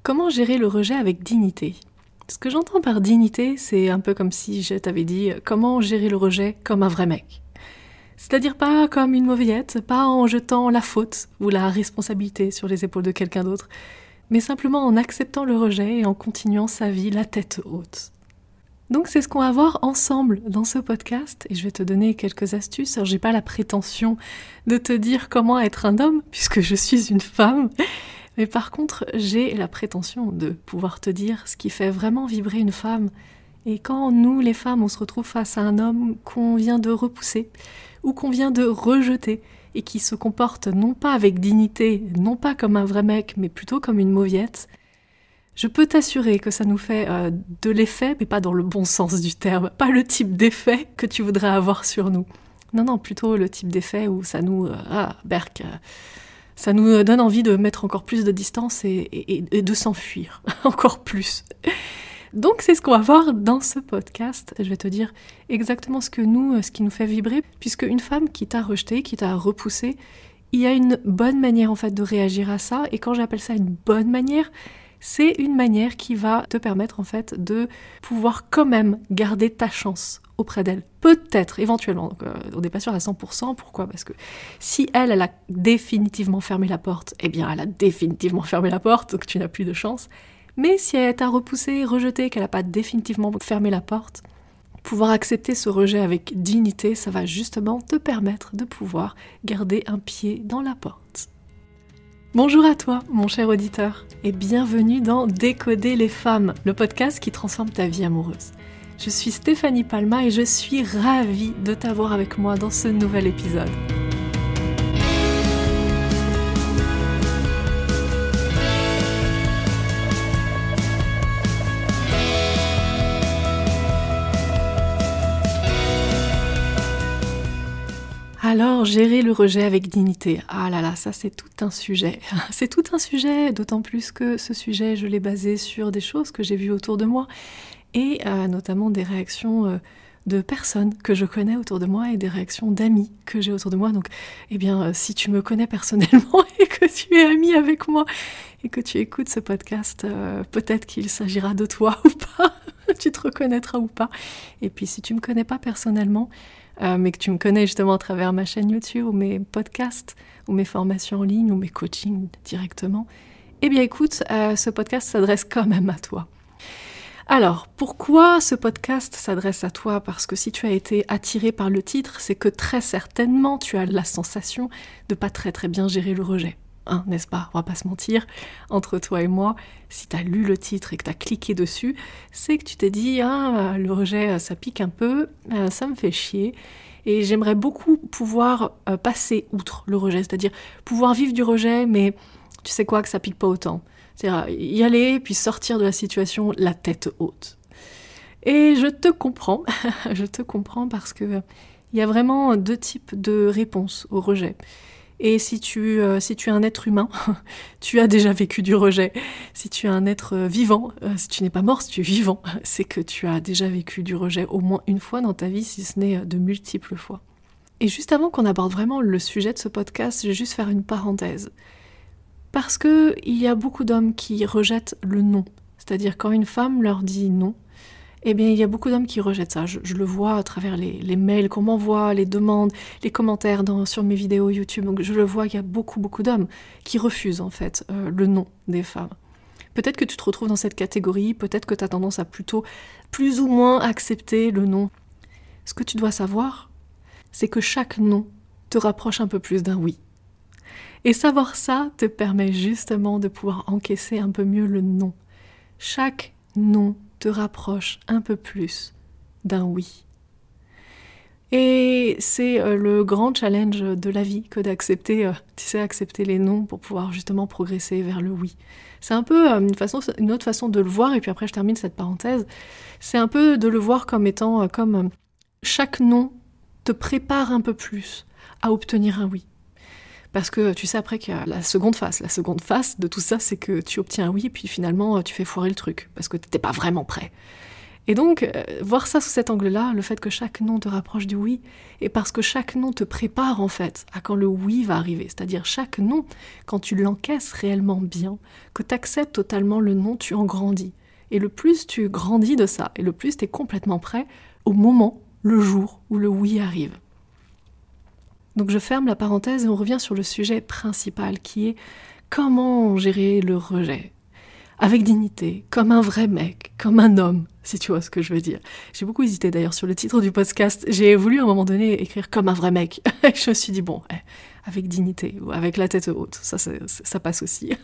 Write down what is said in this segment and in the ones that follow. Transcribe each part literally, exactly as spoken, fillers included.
Comment gérer le rejet avec dignité ? Ce que j'entends par dignité, c'est un peu comme si je t'avais dit « comment gérer le rejet comme un vrai mec ». C'est-à-dire pas comme une mauviette, pas en jetant la faute ou la responsabilité sur les épaules de quelqu'un d'autre, mais simplement en acceptant le rejet et en continuant sa vie la tête haute. Donc c'est ce qu'on va voir ensemble dans ce podcast, et je vais te donner quelques astuces. Alors j'ai pas la prétention de te dire comment être un homme, puisque je suis une femme, mais par contre j'ai la prétention de pouvoir te dire ce qui fait vraiment vibrer une femme. Et quand nous, les femmes, on se retrouve face à un homme qu'on vient de repousser, ou qu'on vient de rejeter, et qui se comporte non pas avec dignité, non pas comme un vrai mec, mais plutôt comme une mauviette, je peux t'assurer que ça nous fait euh, de l'effet, mais pas dans le bon sens du terme, pas le type d'effet que tu voudrais avoir sur nous. Non, non, plutôt le type d'effet où ça nous... Euh, ah, berk, euh, ça nous donne envie de mettre encore plus de distance et, et, et de s'enfuir, encore plus. Donc c'est ce qu'on va voir dans ce podcast. Je vais te dire exactement ce que nous, ce qui nous fait vibrer, puisque une femme qui t'a rejeté, qui t'a repoussé, il y a une bonne manière en fait de réagir à ça, et quand j'appelle ça une bonne manière, c'est une manière qui va te permettre en fait de pouvoir quand même garder ta chance auprès d'elle. Peut-être, éventuellement. Donc, euh, on n'est pas sûr à cent pour cent. Pourquoi ? Parce que si elle, elle a définitivement fermé la porte, eh bien elle a définitivement fermé la porte, donc tu n'as plus de chance. Mais si elle t'a repoussé, rejeté, qu'elle n'a pas définitivement fermé la porte, pouvoir accepter ce rejet avec dignité, ça va justement te permettre de pouvoir garder un pied dans la porte. Bonjour à toi, mon cher auditeur, et bienvenue dans Décoder les femmes, le podcast qui transforme ta vie amoureuse. Je suis Stéphanie Palma et je suis ravie de t'avoir avec moi dans ce nouvel épisode. Alors, gérer le rejet avec dignité. Ah là là, ça c'est tout un sujet. C'est tout un sujet, d'autant plus que ce sujet, je l'ai basé sur des choses que j'ai vues autour de moi, et euh, notamment des réactions euh, de personnes que je connais autour de moi et des réactions d'amis que j'ai autour de moi. Donc, eh bien, euh, si tu me connais personnellement et que tu es ami avec moi et que tu écoutes ce podcast, euh, peut-être qu'il s'agira de toi ou pas, tu te reconnaîtras ou pas. Et puis, si tu me connais pas personnellement, Euh, mais que tu me connais justement à travers ma chaîne YouTube ou mes podcasts ou mes formations en ligne ou mes coachings directement, eh bien écoute, euh, ce podcast s'adresse quand même à toi. Alors, pourquoi ce podcast s'adresse à toi ? Parce que si tu as été attiré par le titre, c'est que très certainement tu as la sensation de pas très très bien gérer le rejet. Hein, n'est-ce pas ? On va pas se mentir, entre toi et moi, si tu as lu le titre et que tu as cliqué dessus, c'est que tu t'es dit « Ah, le rejet, ça pique un peu, ça me fait chier ». Et j'aimerais beaucoup pouvoir euh, passer outre le rejet, c'est-à-dire pouvoir vivre du rejet, mais tu sais quoi, que ça pique pas autant. C'est-à-dire y aller, puis sortir de la situation la tête haute. Et je te comprends, je te comprends parce que il y a vraiment deux types de réponses au rejet. Et si tu, euh, si tu es un être humain, tu as déjà vécu du rejet. Si tu es un être vivant, euh, si tu n'es pas mort, si tu es vivant, c'est que tu as déjà vécu du rejet au moins une fois dans ta vie, si ce n'est de multiples fois. Et juste avant qu'on aborde vraiment le sujet de ce podcast, je vais juste faire une parenthèse. Parce que il y a beaucoup d'hommes qui rejettent le non. C'est-à-dire quand une femme leur dit non, eh bien, il y a beaucoup d'hommes qui rejettent ça. Je, je le vois à travers les, les mails qu'on m'envoie, les demandes, les commentaires dans, sur mes vidéos YouTube. Donc, je le vois qu'il y a beaucoup, beaucoup d'hommes qui refusent, en fait, euh, le non des femmes. Peut-être que tu te retrouves dans cette catégorie, peut-être que tu as tendance à plutôt, plus ou moins, accepter le non. Ce que tu dois savoir, c'est que chaque non te rapproche un peu plus d'un oui. Et savoir ça te permet justement de pouvoir encaisser un peu mieux le non. Chaque non te rapproche un peu plus d'un oui. Et c'est euh, le grand challenge de la vie que d'accepter, euh, tu sais, accepter les non pour pouvoir justement progresser vers le oui. C'est un peu euh, une, façon, une autre façon de le voir, et puis après je termine cette parenthèse, c'est un peu de le voir comme étant, euh, comme euh, chaque non te prépare un peu plus à obtenir un oui. Parce que tu sais après qu'il y a la seconde phase. La seconde phase de tout ça, c'est que tu obtiens un oui, puis finalement tu fais foirer le truc, parce que t'étais pas vraiment prêt. Et donc, euh, voir ça sous cet angle-là, le fait que chaque non te rapproche du oui, et parce que chaque non te prépare en fait à quand le oui va arriver. C'est-à-dire chaque non, quand tu l'encaisses réellement bien, que tu acceptes totalement le non, tu en grandis. Et le plus tu grandis de ça, et le plus tu es complètement prêt au moment, le jour où le oui arrive. Donc je ferme la parenthèse et on revient sur le sujet principal qui est comment gérer le rejet. Avec dignité, comme un vrai mec, comme un homme, si tu vois ce que je veux dire. J'ai beaucoup hésité d'ailleurs sur le titre du podcast. J'ai voulu à un moment donné écrire comme un vrai mec. Et je me suis dit, bon, eh, avec dignité ou avec la tête haute, ça, ça, ça passe aussi.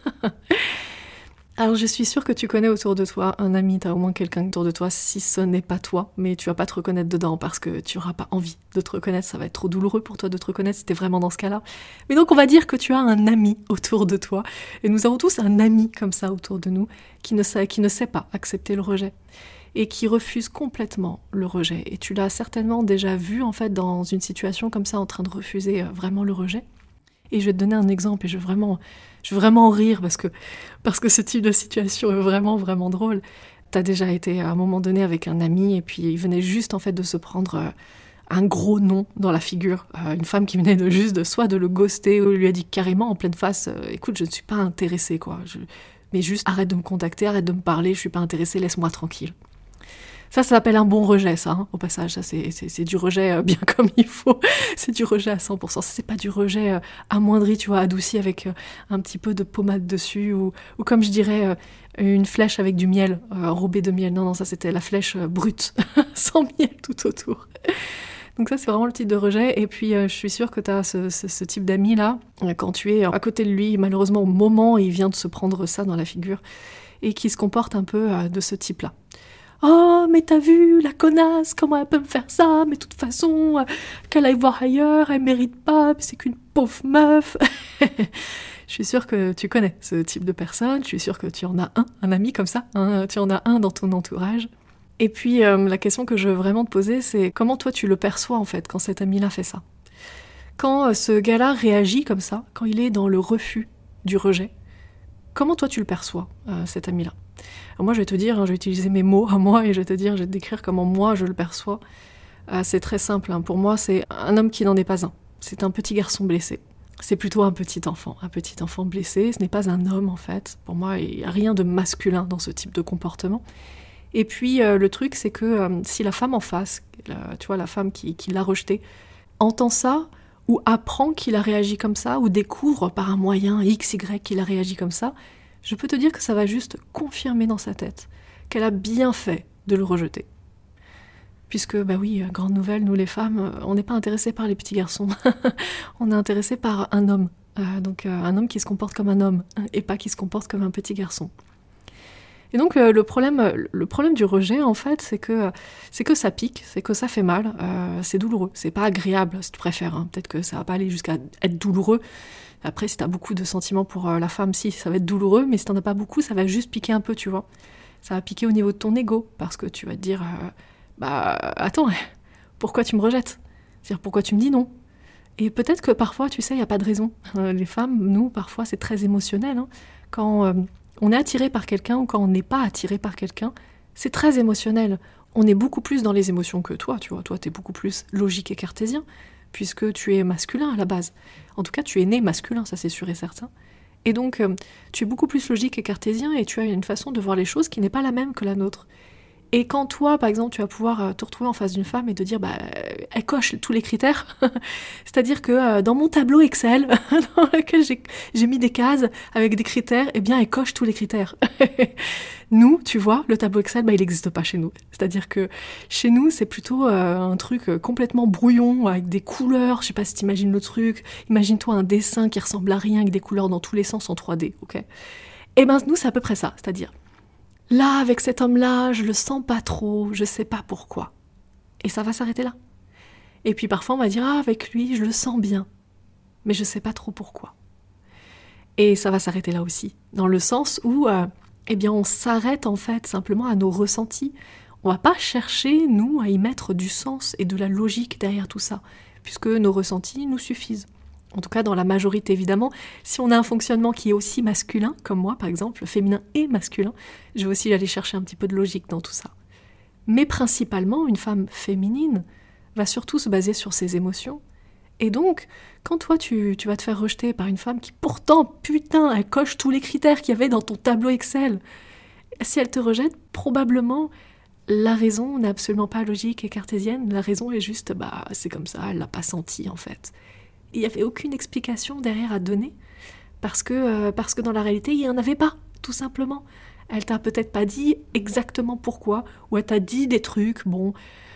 Alors je suis sûre que tu connais autour de toi un ami, tu as au moins quelqu'un autour de toi, si ce n'est pas toi, mais tu vas pas te reconnaître dedans parce que tu n'auras pas envie de te reconnaître, ça va être trop douloureux pour toi de te reconnaître si t'es vraiment dans ce cas-là. Mais donc on va dire que tu as un ami autour de toi, et nous avons tous un ami comme ça autour de nous qui ne sait, qui ne sait pas accepter le rejet et qui refuse complètement le rejet. Et tu l'as certainement déjà vu en fait dans une situation comme ça en train de refuser vraiment le rejet. Et je vais te donner un exemple et je veux vraiment, je veux vraiment en rire parce que, parce que ce type de situation est vraiment, vraiment drôle. T'as déjà été à un moment donné avec un ami et puis il venait juste en fait de se prendre un gros non dans la figure. Une femme qui venait de juste de soit de le ghoster ou lui a dit carrément en pleine face « Écoute, je ne suis pas intéressée, quoi. Je... Mais juste arrête de me contacter, arrête de me parler, je suis pas intéressée, laisse-moi tranquille. » Ça, ça s'appelle un bon rejet, ça, hein, au passage. Ça, c'est, c'est, c'est du rejet euh, bien comme il faut. C'est du rejet à cent pour cent. C'est pas du rejet euh, amoindri, tu vois, adouci avec euh, un petit peu de pommade dessus, ou, ou comme je dirais, euh, une flèche avec du miel, euh, enrobée de miel. Non, non, ça, c'était la flèche euh, brute, sans miel tout autour. Donc ça, c'est vraiment le type de rejet. Et puis, euh, je suis sûre que tu as ce, ce, ce type d'ami-là, euh, quand tu es à côté de lui, malheureusement, au moment où il vient de se prendre ça dans la figure, et qui se comporte un peu euh, de ce type-là. Oh, mais t'as vu, la connasse, comment elle peut me faire ça? Mais de toute façon, euh, qu'elle aille voir ailleurs, elle mérite pas, c'est qu'une pauvre meuf. Je suis sûre que tu connais ce type de personne, je suis sûre que tu en as un, un ami comme ça, hein, tu en as un dans ton entourage. Et puis, euh, la question que je veux vraiment te poser, c'est comment toi tu le perçois en fait, quand cet ami-là fait ça? Quand euh, ce gars-là réagit comme ça, quand il est dans le refus du rejet, comment toi tu le perçois, euh, cet ami-là? Alors moi je vais te dire, hein, je vais utiliser mes mots à moi et je vais te dire, je vais te décrire comment moi je le perçois. Euh, c'est très simple, hein. Pour moi c'est un homme qui n'en est pas un. C'est un petit garçon blessé. C'est plutôt un petit enfant, un petit enfant blessé. Ce n'est pas un homme en fait. Pour moi il n'y a rien de masculin dans ce type de comportement. Et puis euh, le truc c'est que euh, si la femme en face, la, tu vois la femme qui, qui l'a rejeté, entend ça, ou apprend qu'il a réagi comme ça, ou découvre par un moyen X, Y qu'il a réagi comme ça, je peux te dire que ça va juste confirmer dans sa tête qu'elle a bien fait de le rejeter. Puisque, bah oui, grande nouvelle, nous les femmes, on n'est pas intéressés par les petits garçons. On est intéressés par un homme. Euh, donc euh, un homme qui se comporte comme un homme, et pas qui se comporte comme un petit garçon. Et donc euh, le, problème, le problème du rejet, en fait, c'est que, c'est que ça pique, c'est que ça fait mal, euh, c'est douloureux. C'est pas agréable, si tu préfères. Hein. Peut-être que ça va pas aller jusqu'à être douloureux. Après, si t'as beaucoup de sentiments pour euh, la femme, si, ça va être douloureux, mais si t'en as pas beaucoup, ça va juste piquer un peu, tu vois. Ça va piquer au niveau de ton ego, parce que tu vas te dire, euh, bah, attends, pourquoi tu me rejettes? C'est-à-dire, pourquoi tu me dis non? Et peut-être que parfois, tu sais, il n'y a pas de raison. Euh, les femmes, nous, parfois, c'est très émotionnel. Hein. Quand euh, on est attiré par quelqu'un ou quand on n'est pas attiré par quelqu'un, c'est très émotionnel. On est beaucoup plus dans les émotions que toi, tu vois. Toi, t'es beaucoup plus logique et cartésien, puisque tu es masculin à la base. En tout cas, tu es né masculin, ça c'est sûr et certain. Et donc, euh, tu es beaucoup plus logique et cartésien et tu as une façon de voir les choses qui n'est pas la même que la nôtre. Et quand toi, par exemple, tu vas pouvoir euh, te retrouver en face d'une femme et te dire, bah, elle coche tous les critères, c'est-à-dire que euh, dans mon tableau Excel, dans lequel j'ai, j'ai mis des cases avec des critères, eh bien, elle coche tous les critères. Nous, tu vois, le tableau Excel, bah, il n'existe pas chez nous. C'est-à-dire que chez nous, c'est plutôt euh, un truc complètement brouillon, avec des couleurs, je sais pas si t'imagines le truc, imagine-toi un dessin qui ressemble à rien, avec des couleurs dans tous les sens en trois D, ok? Eh ben, nous, c'est à peu près ça, c'est-à-dire, là, avec cet homme-là, je le sens pas trop, je sais pas pourquoi. Et ça va s'arrêter là. Et puis parfois, on va dire, ah, avec lui, je le sens bien, mais je sais pas trop pourquoi. Et ça va s'arrêter là aussi, dans le sens où, euh, eh bien, on s'arrête en fait simplement à nos ressentis. On va pas chercher, nous, à y mettre du sens et de la logique derrière tout ça, puisque nos ressentis nous suffisent. En tout cas, dans la majorité, évidemment. Si on a un fonctionnement qui est aussi masculin, comme moi, par exemple, féminin et masculin, je vais aussi aller chercher un petit peu de logique dans tout ça. Mais principalement, une femme féminine va surtout se baser sur ses émotions. Et donc, quand toi, tu, tu vas te faire rejeter par une femme qui pourtant, putain, elle coche tous les critères qu'il y avait dans ton tableau Excel, si elle te rejette, probablement, la raison n'est absolument pas logique et cartésienne. La raison est juste, bah, c'est comme ça, elle l'a pas senti, en fait. Il n'y avait aucune explication derrière à donner, parce que, euh, parce que dans la réalité, il n'y en avait pas, tout simplement. Elle t'a peut-être pas dit exactement pourquoi, ou elle t'a dit des trucs, bon...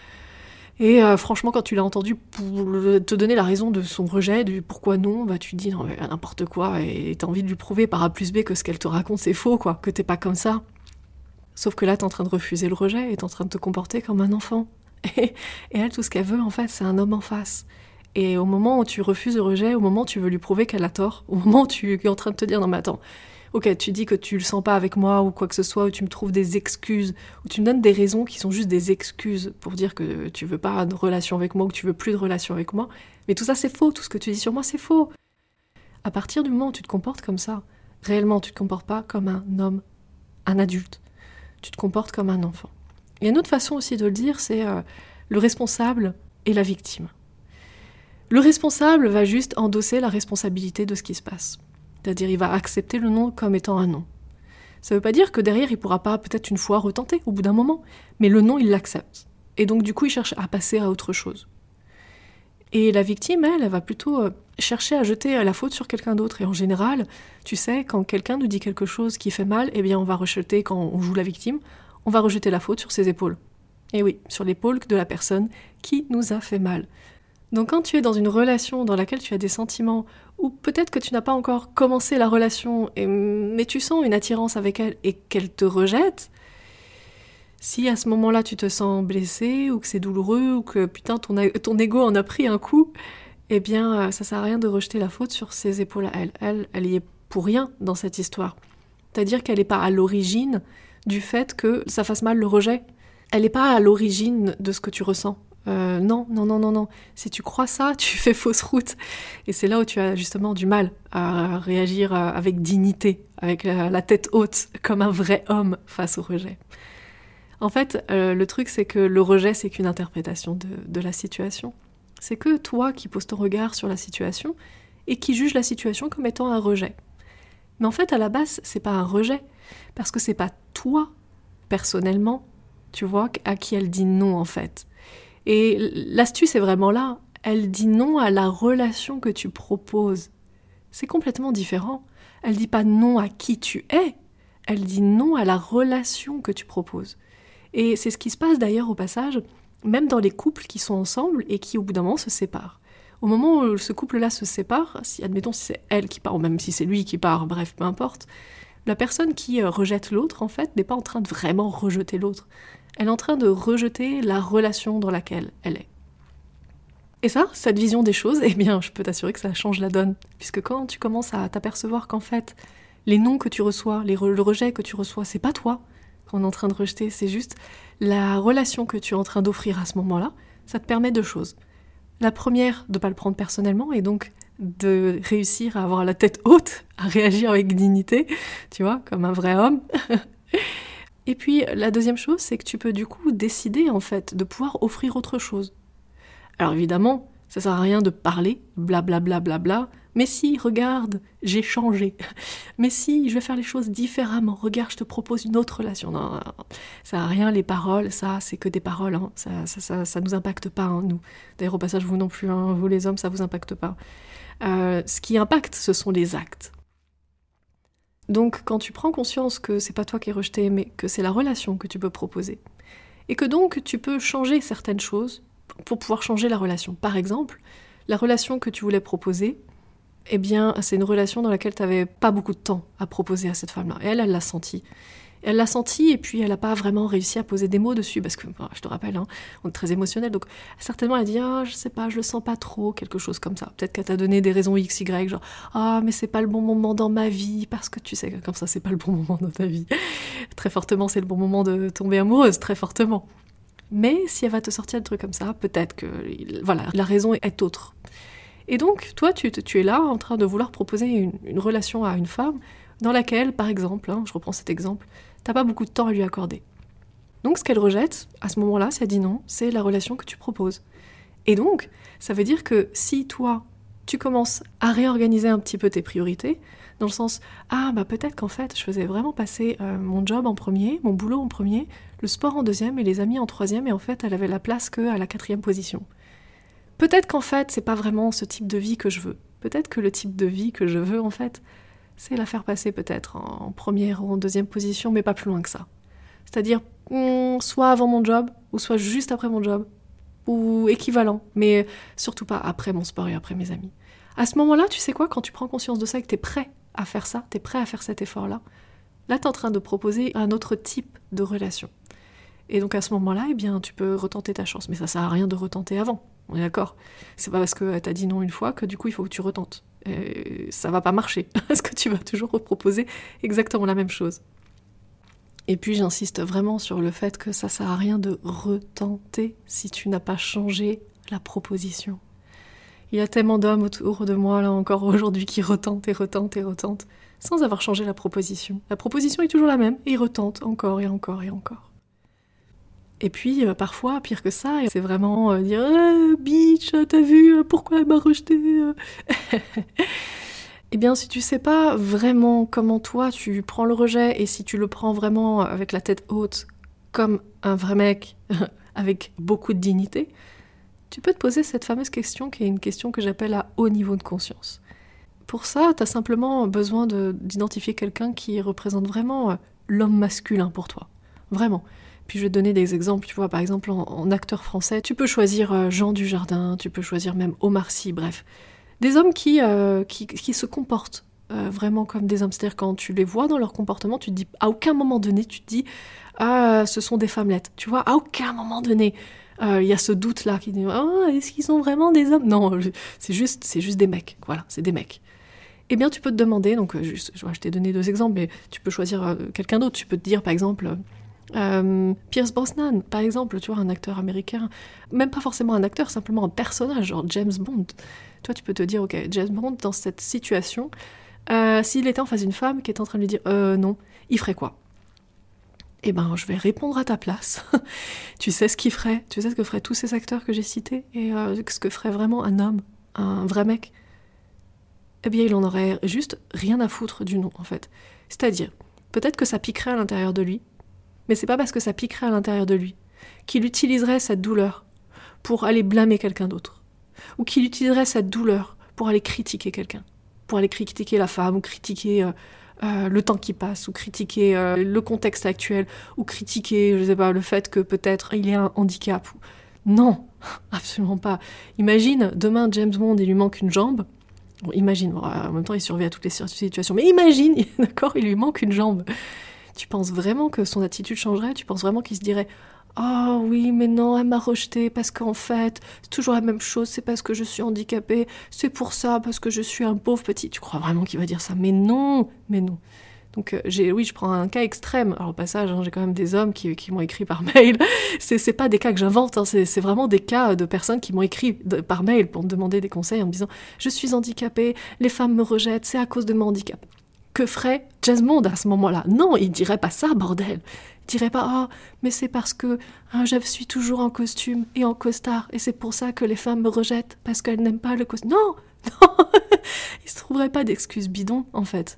Et euh, franchement, quand tu l'as entendu pour te donner la raison de son rejet, du pourquoi non, bah tu te dis non, mais n'importe quoi, et t'as envie de lui prouver par A plus B que ce qu'elle te raconte c'est faux, quoi, que t'es pas comme ça. Sauf que là, t'es en train de refuser le rejet et t'es en train de te comporter comme un enfant. Et, et elle, tout ce qu'elle veut, en fait, c'est un homme en face. Et au moment où tu refuses le rejet, au moment où tu veux lui prouver qu'elle a tort, au moment où tu es en train de te dire non mais attends, ok, tu dis que tu le sens pas avec moi ou quoi que ce soit, ou tu me trouves des excuses, ou tu me donnes des raisons qui sont juste des excuses pour dire que tu veux pas de relation avec moi ou que tu veux plus de relation avec moi. Mais tout ça, c'est faux. Tout ce que tu dis sur moi, c'est faux. À partir du moment où tu te comportes comme ça, réellement, tu te comportes pas comme un homme, un adulte. Tu te comportes comme un enfant. Il y a une autre façon aussi de le dire, c'est euh, le responsable et la victime. Le responsable va juste endosser la responsabilité de ce qui se passe. C'est-à-dire, il va accepter le non comme étant un non. Ça ne veut pas dire que derrière, il ne pourra pas peut-être une fois retenter, au bout d'un moment. Mais le non, il l'accepte. Et donc, du coup, il cherche à passer à autre chose. Et la victime, elle, elle va plutôt euh, chercher à jeter la faute sur quelqu'un d'autre. Et en général, tu sais, quand quelqu'un nous dit quelque chose qui fait mal, eh bien, on va rejeter, quand on joue la victime, on va rejeter la faute sur ses épaules. Et oui, sur l'épaule de la personne qui nous a fait mal. Donc quand tu es dans une relation dans laquelle tu as des sentiments, ou peut-être que tu n'as pas encore commencé la relation, et, mais tu sens une attirance avec elle et qu'elle te rejette, si à ce moment-là tu te sens blessé, ou que c'est douloureux, ou que putain ton, ton ego en a pris un coup, eh bien ça sert à rien de rejeter la faute sur ses épaules à elle. Elle, elle y est pour rien dans cette histoire. C'est-à-dire qu'elle n'est pas à l'origine du fait que ça fasse mal le rejet. Elle n'est pas à l'origine de ce que tu ressens. Euh, non, non, non, non, non. Si tu crois ça, tu fais fausse route. Et c'est là où tu as justement du mal à réagir avec dignité, avec la, la tête haute, comme un vrai homme face au rejet. En fait, euh, le truc, c'est que le rejet, c'est qu'une interprétation de, de la situation. C'est que toi qui poses ton regard sur la situation et qui juge la situation comme étant un rejet. Mais en fait, à la base, c'est pas un rejet, parce que c'est pas toi, personnellement, tu vois, à qui elle dit non, en fait. Et l'astuce est vraiment là. Elle dit non à la relation que tu proposes. C'est complètement différent. Elle dit pas non à qui tu es. Elle dit non à la relation que tu proposes. Et c'est ce qui se passe d'ailleurs au passage, même dans les couples qui sont ensemble et qui au bout d'un moment se séparent. Au moment où ce couple-là se sépare, si, admettons si c'est elle qui part, ou même si c'est lui qui part, bref, peu importe, la personne qui rejette l'autre, en fait, n'est pas en train de vraiment rejeter l'autre. Elle est en train de rejeter la relation dans laquelle elle est. Et ça, cette vision des choses, eh bien, je peux t'assurer que ça change la donne. Puisque quand tu commences à t'apercevoir qu'en fait, les noms que tu reçois, les re- le rejet que tu reçois, c'est pas toi qu'on est en train de rejeter, c'est juste la relation que tu es en train d'offrir à ce moment-là, ça te permet deux choses. La première, de ne pas le prendre personnellement, et donc de réussir à avoir la tête haute, à réagir avec dignité, tu vois, comme un vrai homme. Et puis, la deuxième chose, c'est que tu peux du coup décider, en fait, de pouvoir offrir autre chose. Alors évidemment, ça sert à rien de parler, blablabla, bla, bla, bla, mais si, regarde, j'ai changé. Mais si, je vais faire les choses différemment. Regarde, je te propose une autre relation. Non, non, non. Ça sert à rien, les paroles, ça, c'est que des paroles. Hein. Ça, ça, ça, ça nous impacte pas, hein, nous. D'ailleurs, au passage, vous non plus, hein, vous les hommes, ça vous impacte pas. Euh, ce qui impacte, ce sont les actes. Donc, quand tu prends conscience que c'est pas toi qui es rejeté, mais que c'est la relation que tu peux proposer, et que donc tu peux changer certaines choses pour pouvoir changer la relation. Par exemple, la relation que tu voulais proposer, eh bien, c'est une relation dans laquelle tu n'avais pas beaucoup de temps à proposer à cette femme-là. Et elle, elle l'a senti. Elle l'a senti, et puis elle n'a pas vraiment réussi à poser des mots dessus, parce que, bon, je te rappelle, hein, on est très émotionnel, donc certainement elle dit « Ah, je sais pas, je le sens pas trop », quelque chose comme ça. Peut-être qu'elle t'a donné des raisons X, Y, genre « Ah, mais c'est pas le bon moment dans ma vie, parce que tu sais, comme ça, c'est pas le bon moment dans ta vie. » Très fortement, c'est le bon moment de tomber amoureuse, très fortement. Mais si elle va te sortir des trucs comme ça, peut-être que, voilà, la raison est autre. Et donc, toi, tu, tu es là en train de vouloir proposer une, une relation à une femme dans laquelle, par exemple, hein, je reprends cet exemple, t'as pas beaucoup de temps à lui accorder. Donc ce qu'elle rejette, à ce moment-là, si elle dit non, c'est la relation que tu proposes. Et donc, ça veut dire que si toi, tu commences à réorganiser un petit peu tes priorités, dans le sens « Ah, bah peut-être qu'en fait, je faisais vraiment passer euh, mon job en premier, mon boulot en premier, le sport en deuxième et les amis en troisième, et en fait, elle avait la place qu'à la quatrième position. Peut-être qu'en fait, c'est pas vraiment ce type de vie que je veux. Peut-être que le type de vie que je veux, en fait, c'est la faire passer peut-être en première ou en deuxième position, mais pas plus loin que ça. C'est-à-dire, hmm, soit avant mon job, ou soit juste après mon job, ou équivalent, mais surtout pas après mon sport et après mes amis. À ce moment-là, tu sais quoi, quand tu prends conscience de ça et que t'es prêt à faire ça, t'es prêt à faire cet effort-là, là, t'es en train de proposer un autre type de relation. Et donc à ce moment-là, eh bien, tu peux retenter ta chance. Mais ça sert à rien de retenter avant, on est d'accord. C'est pas parce qu'elle t'a dit non une fois que du coup il faut que tu retentes. Et ça va pas marcher, parce que tu vas toujours reproposer exactement la même chose. Et puis j'insiste vraiment sur le fait que ça sert à rien de retenter si tu n'as pas changé la proposition. Il y a tellement d'hommes autour de moi, là encore aujourd'hui, qui retentent et retentent et retentent, sans avoir changé la proposition. La proposition est toujours la même, et ils retentent encore et encore et encore. Et puis, euh, parfois, pire que ça, c'est vraiment euh, dire ah, « bitch, t'as vu, euh, pourquoi elle m'a rejeté euh Eh bien, si tu sais pas vraiment comment toi tu prends le rejet, et si tu le prends vraiment avec la tête haute, comme un vrai mec, avec beaucoup de dignité, tu peux te poser cette fameuse question, qui est une question que j'appelle à haut niveau de conscience. Pour ça, t'as simplement besoin de, d'identifier quelqu'un qui représente vraiment l'homme masculin pour toi. Vraiment. Puis je vais te donner des exemples, tu vois, par exemple en, en acteur français, tu peux choisir Jean Dujardin, tu peux choisir même Omar Sy, bref. Des hommes qui, euh, qui, qui se comportent euh, vraiment comme des hommes. C'est-à-dire quand tu les vois dans leur comportement, tu te dis, à aucun moment donné, tu te dis, ah, ce sont des femmelettes. Tu vois, à aucun moment donné, il euh, y a ce doute-là qui dit, ah, est-ce qu'ils sont vraiment des hommes ? Non, c'est juste, c'est juste des mecs. Voilà, c'est des mecs. Eh bien, tu peux te demander, donc je, je t'ai donné deux exemples, mais tu peux choisir euh, quelqu'un d'autre. Tu peux te dire, par exemple, euh, Pierce Brosnan, par exemple, tu vois, un acteur américain, même pas forcément un acteur, simplement un personnage, genre James Bond. Toi, tu peux te dire, ok, James Bond, dans cette situation, euh, s'il était en face d'une femme qui est en train de lui dire euh, non, il ferait quoi ? Eh ben, je vais répondre à ta place. Tu sais ce qu'il ferait, tu sais ce que feraient tous ces acteurs que j'ai cités, et euh, ce que ferait vraiment un homme, un vrai mec. Eh bien, il en aurait juste rien à foutre du non, en fait. C'est-à-dire, peut-être que ça piquerait à l'intérieur de lui, mais c'est pas parce que ça piquerait à l'intérieur de lui qu'il utiliserait cette douleur pour aller blâmer quelqu'un d'autre, ou qu'il utiliserait cette douleur pour aller critiquer quelqu'un, pour aller critiquer la femme, ou critiquer euh, euh, le temps qui passe, ou critiquer euh, le contexte actuel, ou critiquer, je sais pas, le fait que peut-être il ait un handicap. Non, absolument pas. Imagine, demain James Bond, il lui manque une jambe. Bon, imagine, bon, en même temps il survit à toutes les situations, mais imagine, d'accord, il lui manque une jambe. Tu penses vraiment que son attitude changerait ? Tu penses vraiment qu'il se dirait « Oh oui, mais non, elle m'a rejeté parce qu'en fait, c'est toujours la même chose, c'est parce que je suis handicapée, c'est pour ça, parce que je suis un pauvre petit... » Tu crois vraiment qu'il va dire ça ? Mais non, mais non. Donc euh, j'ai, oui, je prends un cas extrême. Alors au passage, hein, j'ai quand même des hommes qui, qui m'ont écrit par mail. C'est, c'est pas des cas que j'invente, hein, c'est, c'est vraiment des cas de personnes qui m'ont écrit de, par mail pour me demander des conseils en me disant « Je suis handicapée, les femmes me rejettent, c'est à cause de mon handicap. » Que ferait James Bond à ce moment-là ? Non, il dirait pas ça, bordel. Il dirait pas « Ah, oh, mais c'est parce que hein, je suis toujours en costume et en costard, et c'est pour ça que les femmes me rejettent, parce qu'elles n'aiment pas le costume. » Non, non. Il se trouverait pas d'excuses bidons, en fait.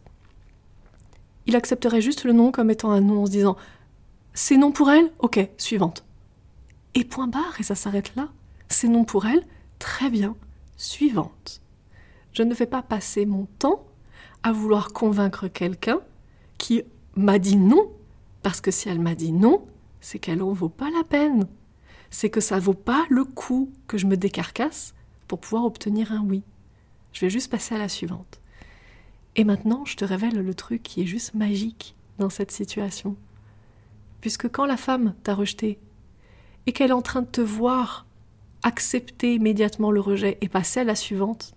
Il accepterait juste le non comme étant un non en se disant « C'est non pour elle ? Ok, suivante. » Et point barre, et ça s'arrête là. C'est non pour elle ? Très bien, suivante. Je ne vais pas passer mon temps à vouloir convaincre quelqu'un qui m'a dit non, parce que si elle m'a dit non, c'est qu'elle en vaut pas la peine. C'est que ça vaut pas le coup que je me décarcasse pour pouvoir obtenir un oui. Je vais juste passer à la suivante. Et maintenant, je te révèle le truc qui est juste magique dans cette situation. Puisque quand la femme t'a rejeté et qu'elle est en train de te voir accepter immédiatement le rejet et passer à la suivante,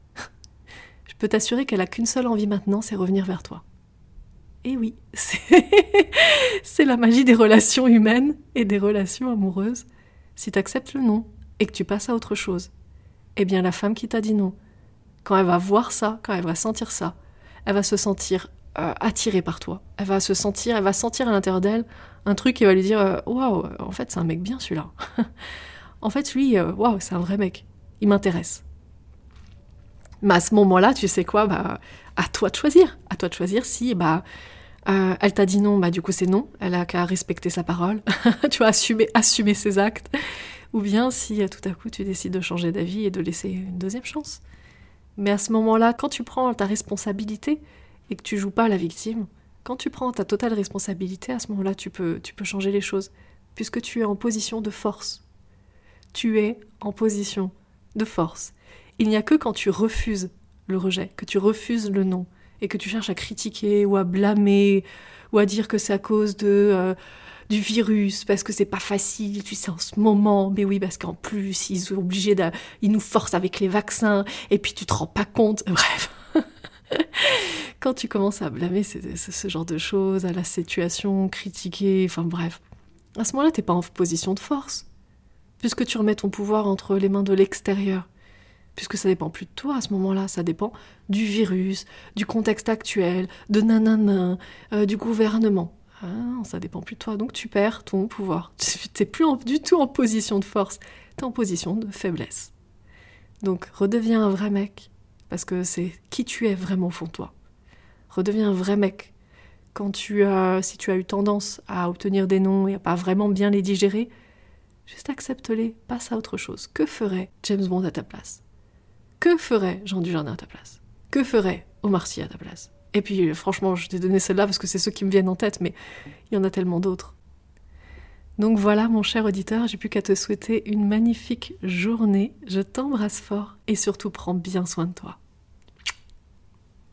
je peux t'assurer qu'elle a qu'une seule envie maintenant, c'est revenir vers toi. Et oui, c'est, c'est la magie des relations humaines et des relations amoureuses. Si tu acceptes le non et que tu passes à autre chose, eh bien la femme qui t'a dit non, quand elle va voir ça, quand elle va sentir ça, elle va se sentir euh, attirée par toi. Elle va se sentir, elle va sentir à l'intérieur d'elle un truc qui va lui dire waouh, en fait c'est un mec bien celui-là. En fait lui, waouh, c'est un vrai mec. Il m'intéresse. Mais à ce moment-là, tu sais quoi, bah à toi de choisir. À toi de choisir si bah euh, elle t'a dit non, bah du coup c'est non. Elle a qu'à respecter sa parole. Tu vas assumer, assumer ses actes. Ou bien si tout à coup tu décides de changer d'avis et de laisser une deuxième chance. Mais à ce moment-là, quand tu prends ta responsabilité et que tu joues pas la victime, quand tu prends ta totale responsabilité, à ce moment-là, tu peux, tu peux changer les choses, puisque tu es en position de force. Tu es en position de force. Il n'y a que quand tu refuses le rejet, que tu refuses le non, et que tu cherches à critiquer ou à blâmer, ou à dire que c'est à cause de... Euh, du virus, parce que c'est pas facile, tu sais, en ce moment, mais oui, parce qu'en plus, ils sont obligés de... Ils nous forcent avec les vaccins, et puis tu te rends pas compte, bref. Quand tu commences à blâmer ce, ce, ce genre de choses, à la situation, critiquer, enfin bref, à ce moment-là, t'es pas en position de force, puisque tu remets ton pouvoir entre les mains de l'extérieur, puisque ça dépend plus de toi à ce moment-là, ça dépend du virus, du contexte actuel, de nanana, euh, du gouvernement. Ah non, ça dépend plus de toi, donc tu perds ton pouvoir. Tu n'es plus en, du tout en position de force, tu es en position de faiblesse. Donc redeviens un vrai mec, parce que c'est qui tu es vraiment au fond de toi. Redeviens un vrai mec. Quand tu as, si tu as eu tendance à obtenir des noms et à pas vraiment bien les digérer, juste accepte-les, passe à autre chose. Que ferait James Bond à ta place ? Que ferait Jean Dujardin à ta place ? Que ferait Omar Sy à ta place ? Et puis, franchement, je t'ai donné celle-là parce que c'est ceux qui me viennent en tête, mais il y en a tellement d'autres. Donc voilà, mon cher auditeur, j'ai plus qu'à te souhaiter une magnifique journée. Je t'embrasse fort et surtout prends bien soin de toi.